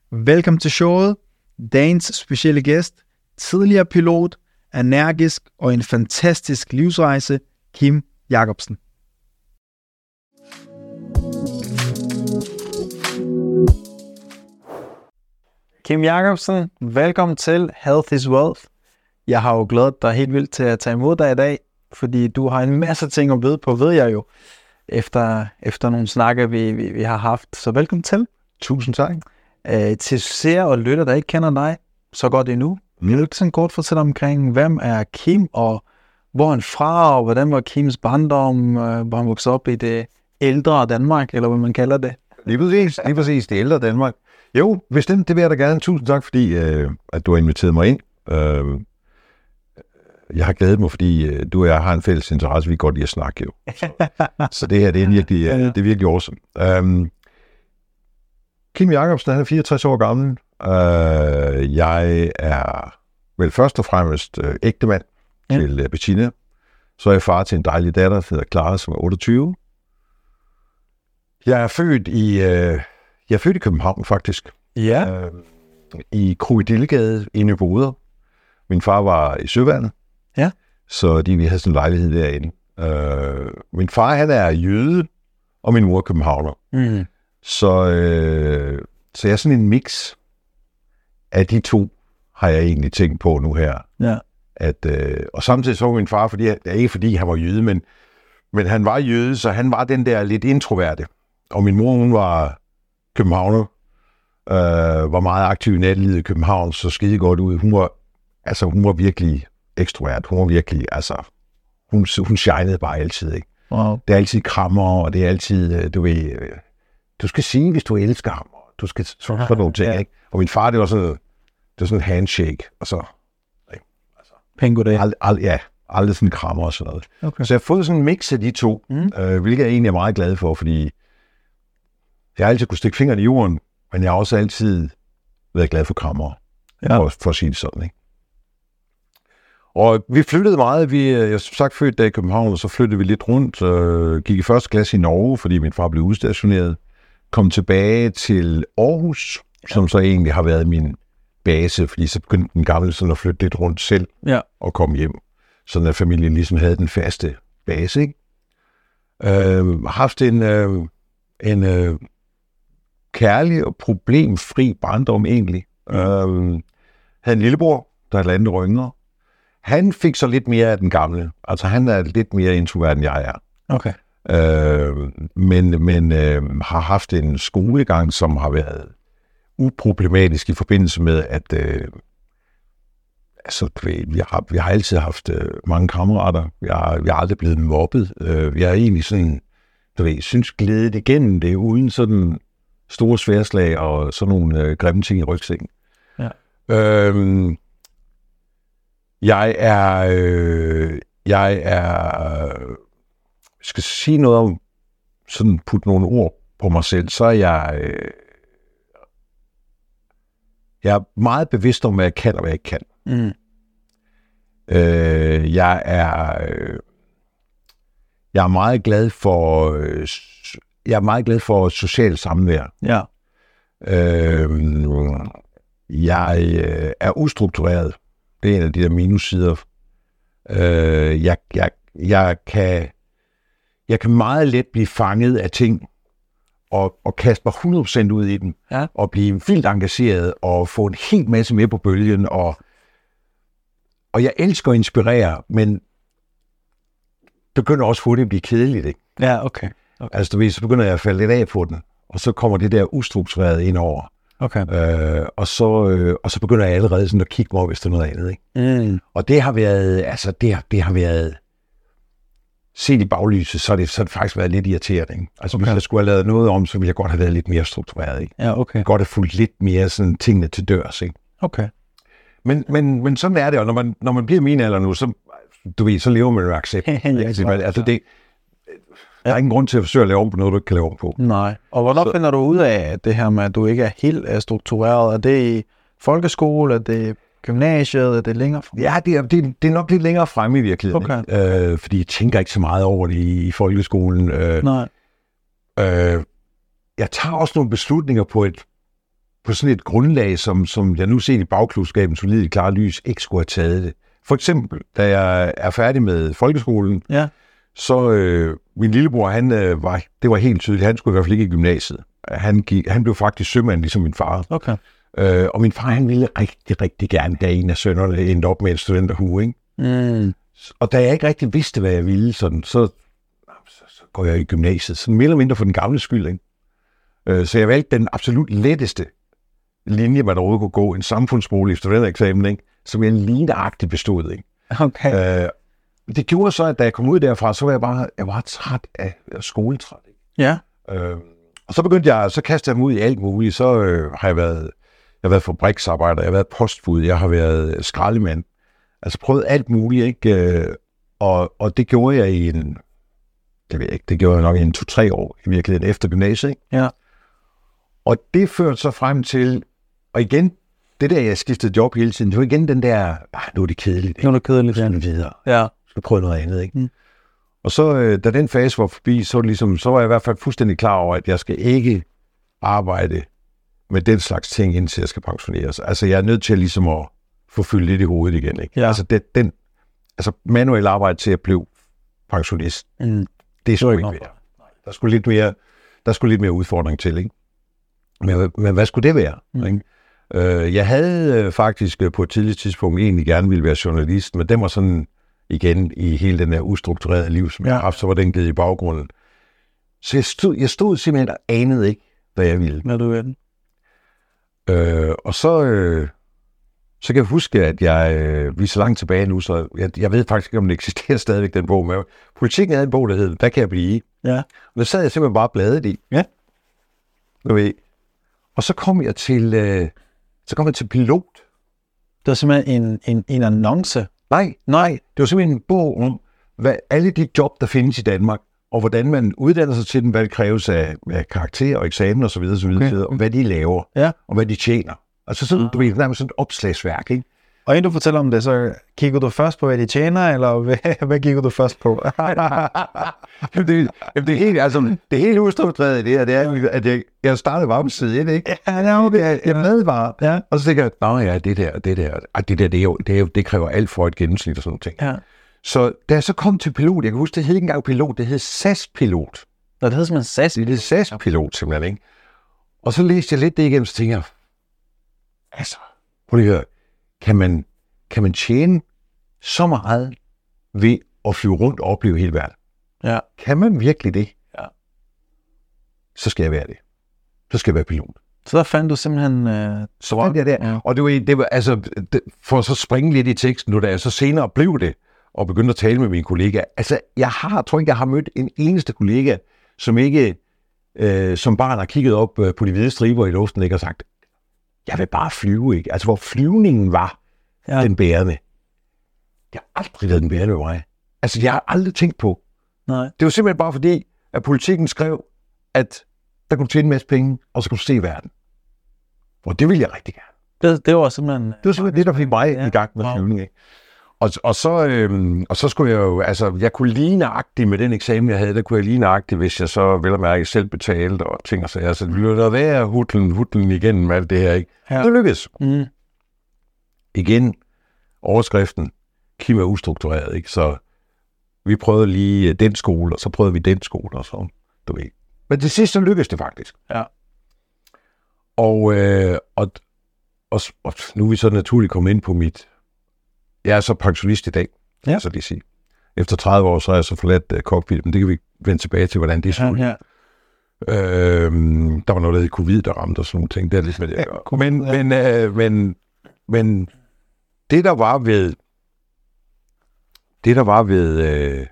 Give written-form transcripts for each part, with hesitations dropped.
Velkommen til showet. Dagens specielle gæst, tidligere pilot, energisk og en fantastisk livsrejse, Kim Jacobsen. Kim Jacobsen, velkommen til Health is Wealth. Jeg har jo glædet dig helt vildt til at tage imod dig i dag, fordi du har en masse ting at byde på, ved jeg jo, efter nogle snakke, vi har haft. Så velkommen til. Tusind tak. Til seere og lytter, der ikke kender dig så godt endnu, vil du ikke sådan kort fortælle omkring, hvem er Kim, og hvor han fra, og hvordan var Kims barndom, hvor han voksede op i det ældre Danmark, eller hvad man kalder det? Lige præcis det ældre Danmark. Jo, bestemt, det vil jeg da gerne. Tusind tak, fordi at du har inviteret mig ind. Jeg har glædet mig, fordi du og jeg har en fælles interesse, vi kan godt lide at snakke jo. Så det her, det er virkelig awesome. Kim Jacobsen, han er 64 år gammel. Jeg er vel først og fremmest ægtemand til Bettina. Så er jeg far til en dejlig datter, der hedder Clara, som er 28. Jeg er født i København, faktisk. Ja. I Krokodillegade inde i Boder. Min far var i Søværnet. Ja. Så vi havde sådan en lejlighed derinde. Min far, han er jøde, og min mor er københavner. Mm. Så jeg er sådan en mix af de to, har jeg egentlig tænkt på nu her. Ja. Og samtidig så min far, ikke fordi han var jøde, men han var jøde, så han var den der lidt introverte. Og min mor, hun var københavner, var meget aktiv i nattelivet i København, så skide godt ud. Hun var virkelig ekstrovert. Hun var virkelig, hun shinede bare altid, ikke? Wow. Det er altid krammer, og det er altid, du skal sige, hvis du elsker ham, og du skal sådan nogle ting, ikke? Og min far, det var sådan en handshake, og så... Pænt goddag. Aldrig sådan krammer og sådan noget. Okay. Så jeg har fået sådan en mix af de to, hvilket jeg egentlig er meget glad for, fordi jeg har altid kunne stikke fingeren i jorden, men jeg har også altid været glad for krammer, for at sige det sådan, ikke? Og vi flyttede meget. Jeg er som sagt født der i København, og så flyttede vi lidt rundt. Gik i første klasse i Norge, fordi min far blev udstationeret. Kom tilbage til Aarhus, som så egentlig har været min base, fordi så begyndte den gamle sådan at flytte lidt rundt selv og komme hjem. Sådan at familien ligesom havde den faste base, ikke? Haft en kærlig og problemfri barndom egentlig. Havde en lillebror, der er et andet år yngre. Han fik så lidt mere af den gamle. Altså han er lidt mere introvert, end jeg er. Okay. Men har haft en skolegang, som har været uproblematisk i forbindelse med, at vi har altid haft mange kammerater. Vi har aldrig blevet mobbet. Vi har egentlig sådan, synes glædet igennem det, uden sådan store sværslag og sådan nogle grimme ting i rygsækken. Ja. Skal sige noget om, sådan putte nogle ord på mig selv, så er jeg er meget bevidst om, hvad jeg kan og hvad jeg ikke kan. Mm. Jeg er meget glad for social samvær. Ja. Jeg er ustruktureret. Det er en af de der minussider. Jeg kan meget let blive fanget af ting og kaste mig 100% ud i den, og blive vildt engageret og få en helt masse med på bølgen. Og jeg elsker at inspirere, men begynder også hurtigt at blive kedeligt, ikke? Ja, okay. Altså du ved, så begynder jeg at falde lidt af på den, og så kommer det der ustruktureret ind over. Okay. Og så begynder jeg allerede sådan at kigge mig over, hvis der er noget andet, ikke? Mm. Og det har været, det har været set i baglyset, så har det faktisk været lidt irriterende, ikke? Altså hvis jeg skulle have lavet noget om, så ville jeg godt have været lidt mere struktureret, ikke? Ja, okay. Godt have fulgt lidt mere sådan tingene til dørs, ikke? Okay. Men sådan er det, og når man bliver min alder nu, så du ved, så lever man jo accept. Altså det, der er ingen grund til at forsøge at lave om på noget, du ikke kan lave om på. Nej. Og hvornår finder du ud af det her med, at du ikke er helt struktureret? Er det i folkeskole? Er det gymnasiet? Er det længere frem? Ja, det er nok lidt længere fremme i virkeligheden. Okay. Fordi jeg tænker ikke så meget over det i folkeskolen. Nej. Jeg tager også nogle beslutninger på et på sådan et grundlag, som jeg nu ser i bagklodskabens solide klare lys, ikke skulle have taget det. For eksempel, da jeg er færdig med folkeskolen, så min lillebror, det var helt tydeligt, han skulle i hvert fald ikke i gymnasiet. Han blev faktisk sømand, ligesom min far. Okay. Og min far, han ville rigtig, rigtig gerne, da en af sønnerne endte op med en studenterhue, ikke? Mm. Og da jeg ikke rigtig vidste, hvad jeg ville, så går jeg i gymnasiet. Sådan mere eller mindre for den gamle skyld, ikke? Så jeg valgte den absolut letteste linje, man overhovedet kunne gå, en samfundsbolig studentereksamen, ikke? Som jeg ligneragtigt bestod, ikke? Okay. Det gjorde så, at da jeg kom ud derfra, så var jeg var træt af skoletræt, ikke? Ja. Og så kastede jeg mig ud i alt muligt. Så har jeg været fabriksarbejder, jeg har været postbud, jeg har været skraldemand. Altså prøvet alt muligt, ikke? Og det gjorde jeg det gjorde jeg nok i 2-3 år, i virkeligheden, efter gymnasiet, ikke? Ja. Og det førte så frem til, og igen, det der, jeg skiftede job hele tiden, det var igen den der, nu er det kedeligt, ikke? Nu er det kedeligt, ja. Videre. Ja. Skal prøve noget andet, ikke? Mm. Og så, da den fase var forbi, så var jeg i hvert fald fuldstændig klar over, at jeg skal ikke arbejde med den slags ting, indtil jeg skal pensioneres. Altså, jeg er nødt til ligesom at få fyldt lidt i hovedet igen, ikke? Ja. Altså, manuel arbejde til at blive pensionist, det er sgu ikke mere. Der skulle lidt mere udfordring til, ikke? Men hvad skulle det være? Ikke? Jeg havde faktisk på et tidligt tidspunkt egentlig gerne ville være journalist, men den var sådan igen i hele den her ustrukturerede liv, som jeg har haft, så var den givet i baggrunden. Så jeg stod simpelthen og anede ikke, hvad jeg ville. Hvad du ved den? Og så kan jeg huske, at vi er så langt tilbage nu, så jeg ved faktisk ikke, om det eksisterer stadigvæk, den bog. Men Politikken havde en bog, der hed, Hvad kan jeg blive? Ja. Og der sad jeg simpelthen bare bladet i. Ja. Og så kom jeg til pilot. Det var simpelthen en annonce. Nej, det var simpelthen en bog om, hvad alle de job, der findes i Danmark, og hvordan man uddanner sig til dem, hvad det kræves af karakter og eksamen og så videre, og hvad de laver, og hvad de tjener. Altså sådan, du ved, nærmest sådan et opslagsværk, ikke? Og inden du fortæller om det, så kigger du først på, hvad de tjener, eller hvad kigger du først på? det helt ustrukturerede i det her, det er, at jeg startede bare på side 1, ikke? Ja, okay. Jeg med bare. Og så tænker jeg, det kræver alt for et gennemsnit og sådan noget ting. Ja. Så da jeg så kom til pilot, jeg kan huske, det hed ikke engang pilot, det hed SAS-pilot. Nå, det hed simpelthen SAS? Det hed SAS-pilot simpelthen, ikke? Og så læste jeg lidt det igennem, så tænker jeg, altså, prøv lige at høre, kan man tjene så meget ved at flyve rundt og opleve hele verden? Ja. Kan man virkelig det? Ja. Så skal jeg være det. Så skal jeg være pilot. Så der fandt du simpelthen... Så fandt jeg det. Ja. Og det var altså, for at så springe lidt i teksten, nu da jeg så senere blev det, og begyndte at tale med mine kollegaer. Altså, tror ikke, jeg har mødt en eneste kollega, som ikke som barn har kigget op på de hvide striber i luften, ikke, og sagt, jeg vil bare flyve, ikke? Altså, hvor flyvningen var den bærende. Jeg har aldrig været den bærende ved mig. Altså, jeg har aldrig tænkt på. Nej. Det var simpelthen bare fordi, at Politikken skrev, at der kunne tjene en masse penge, og så kunne du se verden. Og det ville jeg rigtig gerne. Det var simpelthen... Det var simpelthen det, der fik mig i gang med flyvning, ikke? Og så skulle jeg jo, altså, jeg kunne lige nøjagtigt med den eksamen, jeg havde, der kunne jeg lige nøjagtigt, hvis jeg så vel og mærke selv betalte og ting og sager. Så det ville der være hudlen igennem alt det her, ikke? Ja. Det lykkedes. Igen, overskriften, Kim er ustruktureret, ikke? Så vi prøvede lige den skole, og så prøvede vi den skole, og så, du ved. Men til sidst, så lykkedes det faktisk. Ja. Og nu er vi så naturligt kommet ind på mit... Jeg er så pensionist i dag, så det siger. Efter 30 år, så har jeg så forladt cockpit, men det kan vi vende tilbage til, hvordan det så ud. Ja. Der var noget, der hed covid, der ramte og sådan nogle ting. Det er lidt med det at gøre. Men det, der var ved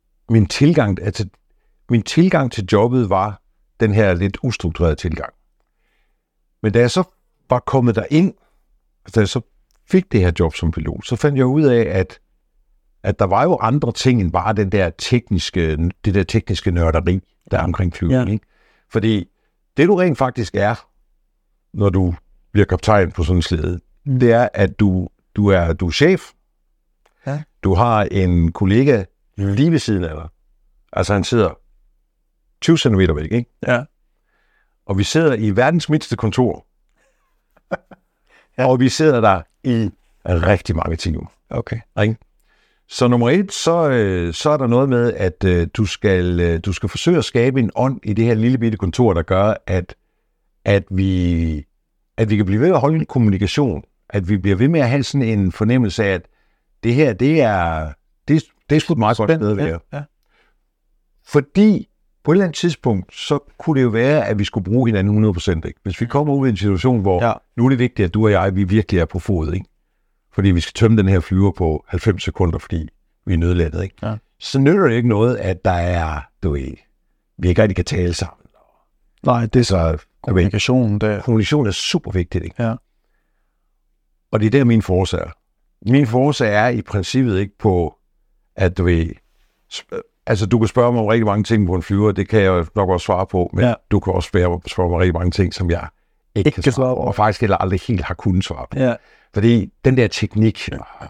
min tilgang til jobbet, var den her lidt ustrukturerede tilgang. Men da jeg så var kommet derind, da jeg så fik det her job som pilot, så fandt jeg ud af, at der var jo andre ting end bare det der tekniske nørderi, der er omkring flyvning. Ja. Ikke? Fordi det du rent faktisk er, når du bliver kaptajn på sådan en slæde, det er, at du er chef. Ja. Du har en kollega lige ved siden af dig. Altså han sidder 20 cm væk, ikke? Ja. Og vi sidder i verdens mindste kontor. Ja. Og vi sidder der i rigtig mange timer. Okay. Ikke? Så nummer 1, så er der noget med, at du skal forsøge at skabe en ånd i det her lille bitte kontor, der gør, at vi kan blive ved at holde en kommunikation. At vi bliver ved med at have sådan en fornemmelse af, at det her, det er sgu et meget godt sted at være. Ja. Fordi på et eller andet tidspunkt, så kunne det jo være, at vi skulle bruge hinanden 100%. Ikke? Hvis vi kommer ud i en situation, hvor nu er det vigtigt, at du og jeg, vi virkelig er på fod, ikke? Fordi vi skal tømme den her flyver på 90 sekunder, fordi vi er nødlandet, ikke? Ja. Så nytter det ikke noget, at der er, vi ikke rigtig kan tale sammen. Nej, det er så kommunikation. Kommunikation er super vigtigt, ikke? Ja. Og det er der min force er. Min force er i princippet ikke på, at altså du kan spørge mig om rigtig mange ting på en flyver, det kan jeg nok også svare på, men du kan også spørge mig rigtig mange ting, som jeg ikke kan svare på, og faktisk heller aldrig helt har kunnet svare på. Ja. Fordi den der teknik,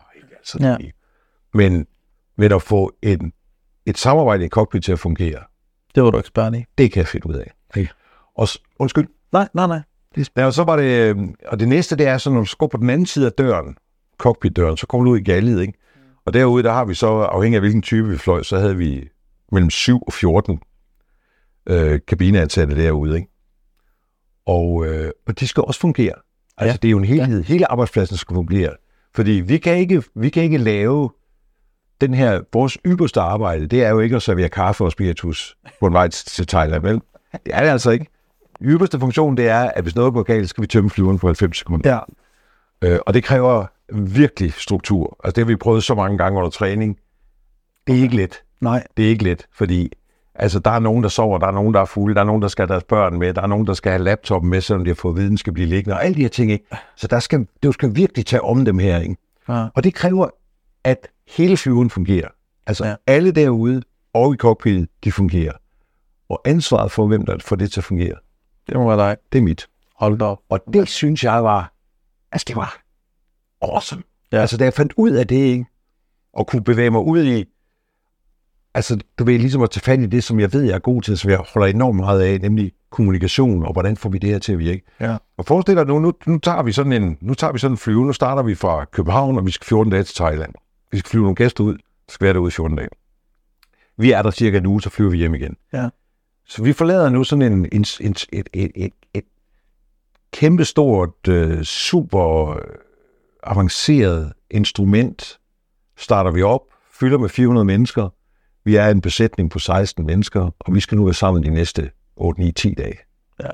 men at få et samarbejde i cockpit til at fungere, det var du ekspert i. Det kan jeg finde ud af. Okay. Og undskyld. Nej. Ja, og så var det, og det næste, det er så, når du går på den anden side af døren, cockpitdøren, så kommer du ud i galget, ikke? Og derude, der har vi så, afhængig af hvilken type vi fløj, så havde vi mellem 7 og 14 kabineansatte derude, ikke? Og de skal også fungere. Altså, det er jo en helhed. Hele arbejdspladsen skal fungere. Fordi vi kan ikke lave den her, vores ypperste arbejde, det er jo ikke at servere kaffe og spiritus på en vej til Thailand, vel? Det er det altså ikke. Ypperste funktion, det er, at hvis noget går galt, skal vi tømme flyveren på 90 sekunder. Ja. Og det kræver virkelig struktur. Altså, det har vi prøvet så mange gange under træning. Det er ikke let. Nej. Det er ikke let, fordi altså, der er nogen, der sover, der er nogen, der er fulde, der er nogen, der skal have deres børn med, der er nogen, der skal have laptopen med, selvom de har fået viden, skal blive liggende, og alle de her ting, ikke? Så du skal virkelig tage om dem her, ikke? Ja. Og det kræver, at hele flyveren fungerer. Altså, alle derude og i cockpittet, de fungerer. Og ansvaret for, hvem der får det til at fungere, det må være dig. Det er mit. Hold da op. Og det synes jeg var, altså det var awesome. Ja. Altså, da jeg fandt ud af det, ikke? Og kunne bevæge mig ud i, altså, du ved, ligesom at tage fat i det, som jeg ved, jeg er god til, som jeg holder enormt meget af, nemlig kommunikation, og hvordan får vi det her til at virke. Ja. Og forestil dig nu tager vi sådan en flyve, nu starter vi fra København, og vi skal 14 dage til Thailand. Vi skal flyve nogle gæster ud, så skal være derude i 14 dage. Vi er der cirka en uge, så flyver vi hjem igen. Ja. Så vi forlader nu sådan et kæmpestort, super avanceret instrument, starter vi op, fylder med 400 mennesker. Vi er en besætning på 16 mennesker, og vi skal nu være sammen de næste 8, 9, 10 dage. Ja.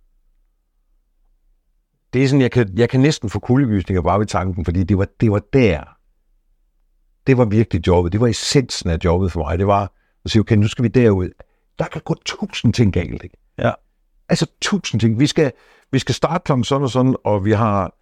Det er sådan, jeg kan næsten få kuldegysninger bare ved tanken, fordi det var der. Det var virkelig jobbet. Det var essensen af jobbet for mig. Det var at sige, okay, nu skal vi derud. Der kan gå 1000 ting galt, ikke? Ja. Altså 1000 ting. Vi skal starte klokken sådan og sådan, og vi har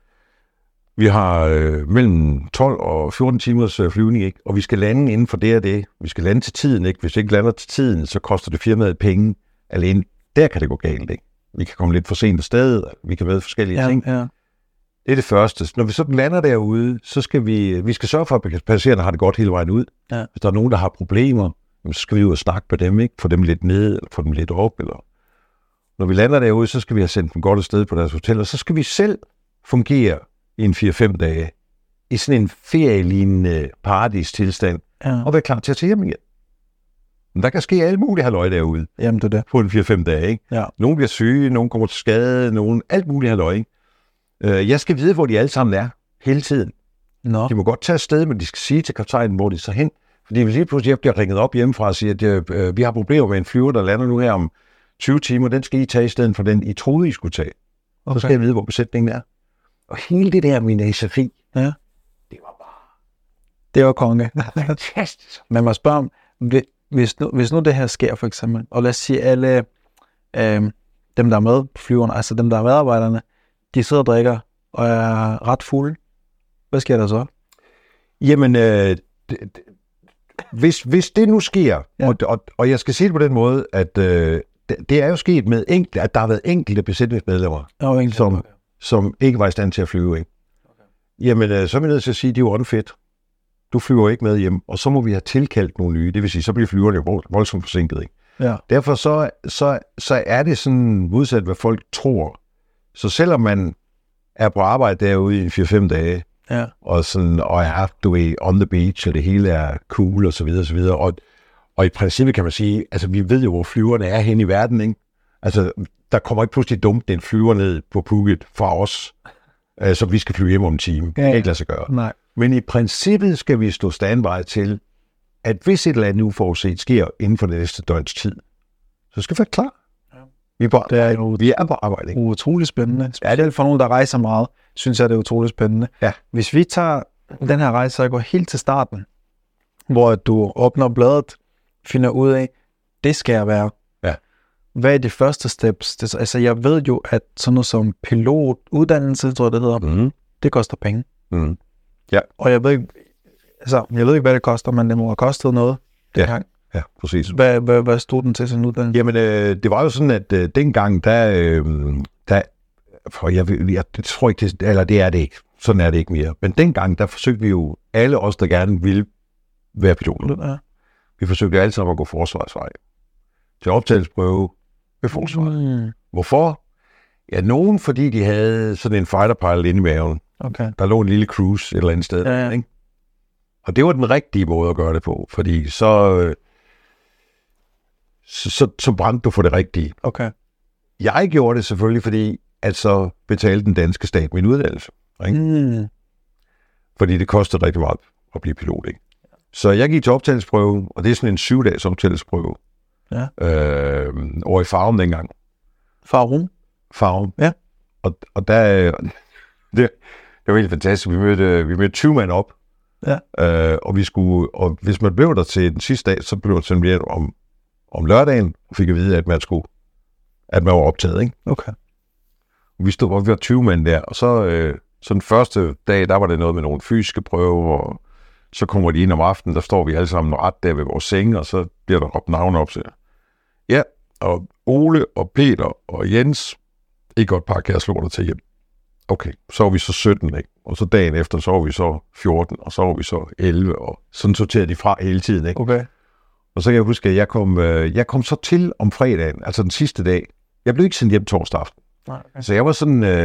mellem 12 og 14 timers flyvning, ikke? Og vi skal lande inden for det og det. Vi skal lande til tiden, ikke? Hvis vi ikke lander til tiden, så koster det firmaet penge alene. Der kan det gå galt, ikke? Vi kan komme lidt for sent afsted, vi kan være forskellige ting. Ja. Det er det første. Når vi så lander derude, så skal vi skal sørge for, at passagererne har det godt hele vejen ud. Ja. Hvis der er nogen, der har problemer, så skal vi ud og snakke med dem, ikke? Få dem lidt ned, eller få dem lidt op. Eller... Når vi lander derude, så skal vi have sendt dem godt afsted på deres hotel, og så skal vi selv fungere i en 4-5 dage, i sådan en ferielignende paradistilstand, og være klar til at tage hjem igen. Men der kan ske alle mulige halløj derude. Jamen, det er det. På en 4-5 dage, ikke? Ja. Nogle bliver syge, nogle kommer til skade, alt muligt halløj, ikke? Jeg skal vide, hvor de alle sammen er, hele tiden. Nå. De må godt tage afsted, men de skal sige til kaptajnen, hvor de så hen. Fordi hvis lige pludselig bliver ringet op hjemmefra og siger, at vi har problemer med en flyver, der lander nu her om 20 timer, den skal I tage i stedet for den, I troede, I skulle tage. Okay. Så skal jeg vide, hvor besætningen er. Og hele det der menageri, det var bare... Det var konge. Fantastisk. Man må spørge om, hvis nu det her sker for eksempel, og lad os sige alle dem, der er med på flyverne, altså dem, der er medarbejderne, de sidder og drikker og er ret fulde. Hvad sker der så? Jamen, hvis det nu sker, og jeg skal sige det på den måde, at det er jo sket med at der har været enkelte besætningsmedlemmer, som ikke var i stand til at flyve, ikke? Okay. Jamen, så er vi nødt til at sige, at det er jo unfit. Du flyver ikke med hjem, og så må vi have tilkaldt nogle nye. Det vil sige, så bliver flyverne jo voldsomt forsinket, ikke? Ja. Derfor så er det sådan modsat, hvad folk tror. Så selvom man er på arbejde derude i 4-5 dage, og sådan, og du er on the beach, og det hele er cool, og så videre, og så videre. Og i princippet kan man sige, altså vi ved jo, hvor flyverne er hen i verden, ikke? Altså, der kommer ikke pludselig dumt en flyver ned på Phuket fra os, så vi skal flyve hjem om en time. Det kan ikke lade sig gøre. Nej. Men i princippet skal vi stå standby til, at hvis et eller andet uforudset sker inden for det næste døgns tid, så skal vi være klar. Vi er på arbejde. Ikke? Utrolig spændende. Specielt for nogen, der rejser meget, synes jeg, det er utrolig spændende. Ja. Hvis vi tager den her rejse, så jeg går helt til starten, hvor du åbner bladet, finder ud af, det skal jeg være. Ja. Hvad er de første steps? Altså, jeg ved jo, at sådan noget som pilotuddannelse, tror jeg, det hedder, det koster penge. Mm. Ja. Og jeg ved ikke, hvad det koster, men det må have kostet noget dengang. Ja, præcis. Hvad stod den til sådan en uddannelse? Jamen, det var jo sådan, at dengang, jeg tror ikke, det er det ikke. Sådan er det ikke mere. Men dengang, der forsøgte vi jo, alle os, der gerne ville være piloter. Ja. Vi forsøgte alle sammen at gå forsvarsvej. Til optagelsesprøve ved forsvaret. Hvorfor? Ja, nogen fordi de havde sådan en fighterpilot inde i maven. Okay. Der lå en lille cruise et eller andet sted. Ja. Ikke? Og det var den rigtige måde at gøre det på, fordi så brændte du for det rigtige. Okay. Jeg gjorde det selvfølgelig, fordi at så betalte den danske stat min uddannelse. Ikke? Fordi det kostede rigtig meget at blive pilot. Ikke? Så jeg gik til optagelsesprøve, og det er sådan en 7-dages optagelsesprøve. Ja. Over i Farum dengang. Farum? Ja. Og der, det var helt fantastisk. Vi mødte 20 mand op. Ja. Og hvis man blev der til den sidste dag, så blev det sådan lidt om lørdagen, og fik at vide, at man var optaget, ikke? Okay. Vi var 20 mænd der, og så den første dag, der var det noget med nogle fysiske prøver, og så kommer de ind om aftenen, der står vi alle sammen ret der ved vores senge, og så bliver der råbt navn op, så ja, og Ole og Peter og Jens, ikke godt par, kan jeg slå dig til hjem. Okay, så var vi så 17, ikke? Og så dagen efter, så var vi så 14, og så var vi så 11, og sådan sorterede de fra hele tiden, ikke? Okay. Og så kan jeg huske, at jeg kom så til om fredagen, altså den sidste dag. Jeg blev ikke sendt hjem torsdag aften. Nej, okay. Så jeg var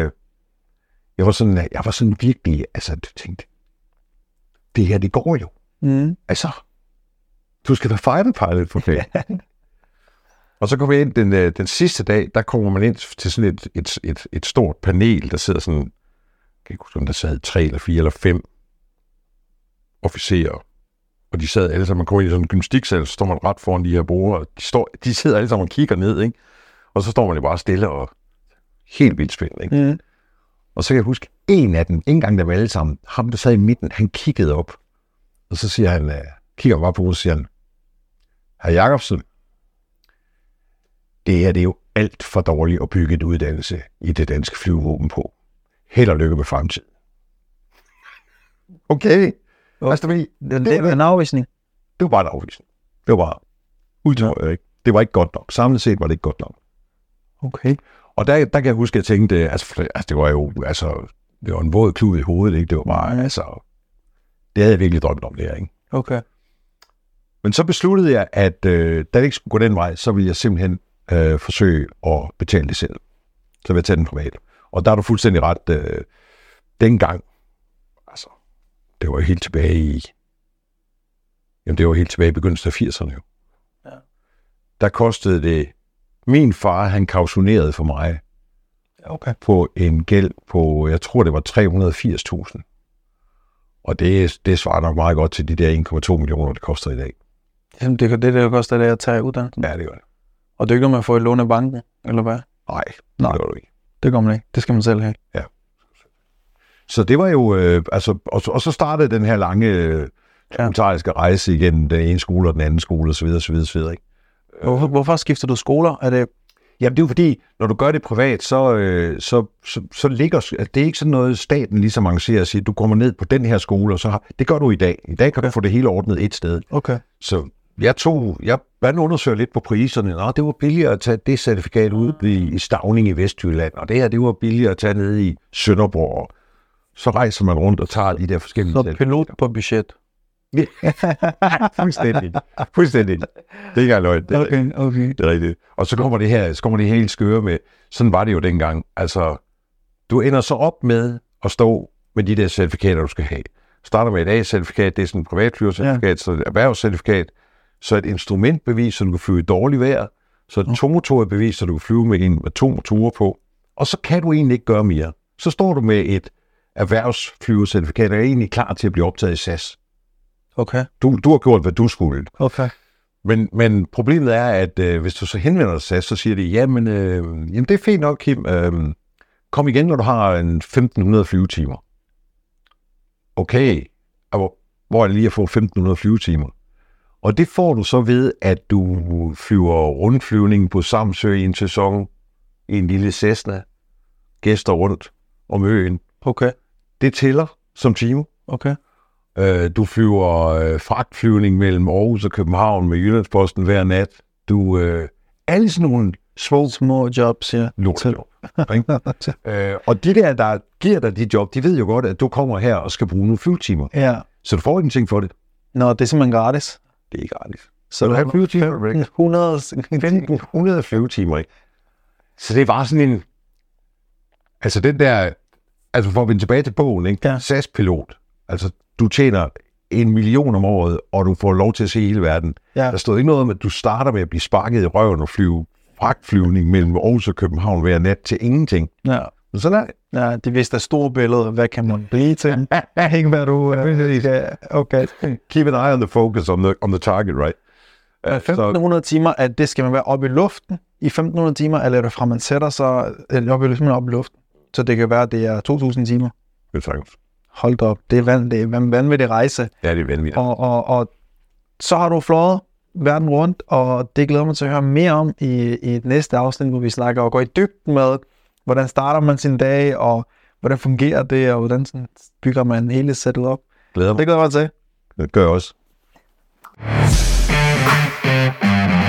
sådan virkelig, altså du tænkte, det her, det går jo. Altså, du skal da fighterpilot for det. Og så kom jeg ind den sidste dag, der kommer man ind til sådan et stort panel, der sidder sådan, jeg kan ikke huske, om der sad 3 eller 4 eller 5 officerer. Og de sad alle sammen, man kommer ind i sådan en gymnastiksal, så står man ret foran de her borde, og de sidder alle sammen og kigger ned, ikke? Og så står man jo bare stille og helt vildt spændende, ikke? Og så kan jeg huske, en af dem, ikke engang der var alle sammen, ham der sad i midten, han kiggede op, og så siger han, kigger bare på mig, og siger han, Hr. Jacobsen, det her, det er jo alt for dårligt at bygge en uddannelse i det danske flyvevåben på. Held og lykke med fremtiden. Okay. Altså, det var en afvisning. Det var bare en afvisning. Det var bare ultra, ikke? Det var ikke godt nok. Samlet set var det ikke godt nok. Okay. Og der kan jeg huske, at jeg tænkte, altså det var jo, altså, det var en våd klud i hovedet, ikke? Det var bare, altså, det havde jeg virkelig drømt om det her, ikke? Okay. Men så besluttede jeg, at da det ikke skulle gå den vej, så ville jeg simpelthen forsøge at betale det selv. Så vil jeg tage den privat. Og der er du fuldstændig ret. Dengang, altså, det var jo helt tilbage i begyndelsen af 80'erne jo. Ja. Der kostede det, min far, han kautionerede for mig på en gæld på, jeg tror det var 380.000. Og det svarer nok meget godt til de der 1,2 millioner, det koster i dag. Jamen, det er det koster det at tage uddannelsen? Ja, det gør det. Og det er ikke noget, man får i lån af banken, eller hvad? Nej, det gør du ikke. Det gør man ikke. Det skal man selv have. Ja. Så det var jo, og så startede den her lange tumultariske rejse igen, den ene skole og den anden skole, osv. Ikke? Hvorfor skifter du skoler? Er det... Jamen, det er jo fordi, når du gør det privat, så ligger det er ikke sådan noget, staten ligesom arrangerer og siger, du kommer ned på den her skole, og så det gør du i dag. I dag kan du få det hele ordnet et sted. Okay. Så jeg undersøger lidt på priserne. Nå, det var billigere at tage det certifikat ud i Stauning i Vestjylland, og det var billigere at tage ned i Sønderborg. Så rejser man rundt og tager de der forskellige... Så pilot på budget. Fuldstændig. Det er ikke løgn. Okay. Det er rigtigt. Og så kommer det her helt skøre med, sådan var det jo dengang. Altså, Du ender så op med at stå med de der certifikater, du skal have. Starter med et A-certifikat, det er sådan et privatflyvercertifikat, så et erhvervscertifikat, så et instrumentbevis, så du kan flyve i dårligt vejr, så et tomotorbevis, så du kan flyve med 2 motorer på, og så kan du egentlig ikke gøre mere. Så står du med et erhvervsflyvercertifikat, og er egentlig klar til at blive optaget i SAS. Okay. Du har gjort, hvad du skulle. Okay. Men problemet er, at hvis du så henvender dig til SAS, så siger de, jamen det er fint nok, Kim. Kom igen, når du har en 1500 flyvetimer. Okay, hvor er det lige at få 1500 flyvetimer? Og det får du så ved, at du flyver rundflyvning på Samsø i en sæson, i en lille Cessna, gæster rundt om øen. Okay. Det tæller som time. Okay. Du flyver fragtflyvning mellem Aarhus og København med Jyllandsposten hver nat. Du alle sådan nogle små jobs, ja. Lortjob. Og de der giver dig de job, de ved jo godt, at du kommer her og skal bruge nogle flyvetimer. Ja. Så du får ingenting for det. Nå, det er simpelthen gratis. Det er ikke gratis. Så du har flyvetimer, 1500 flyvetimer, ikke? Så det er bare sådan en... Altså den der... Altså for at vende tilbage til bogen, ikke? Ja. SAS-pilot. Altså du tjener 1 million om året, og du får lov til at se hele verden. Ja. Der stod ikke noget om, at du starter med at blive sparket i røven og flyve fragtflyvning mellem Aarhus og København hver nat til ingenting. Ja. Men sådan er det. Ja, det viste store billeder. Hvad kan man blive til? Ikke hvad du... Okay. Keep an eye on the focus, on the target, right? 1500 timer, at det skal man være oppe i luften i 1500 timer, eller er det fra man sætter sig oppe i luften? Så det kan være, at det er 2000 timer. Det er sagtens. Hold op, det er en vanvittig rejse. Ja, det er vanvittigt. Og så har du fløjet verden rundt, og det glæder mig til at høre mere om i et næste afsnit, hvor vi snakker og går i dybden med, hvordan starter man sin dag, og hvordan fungerer det, og hvordan sådan bygger man hele setup op. Glæder mig. Det glæder mig til. Det gør jeg også.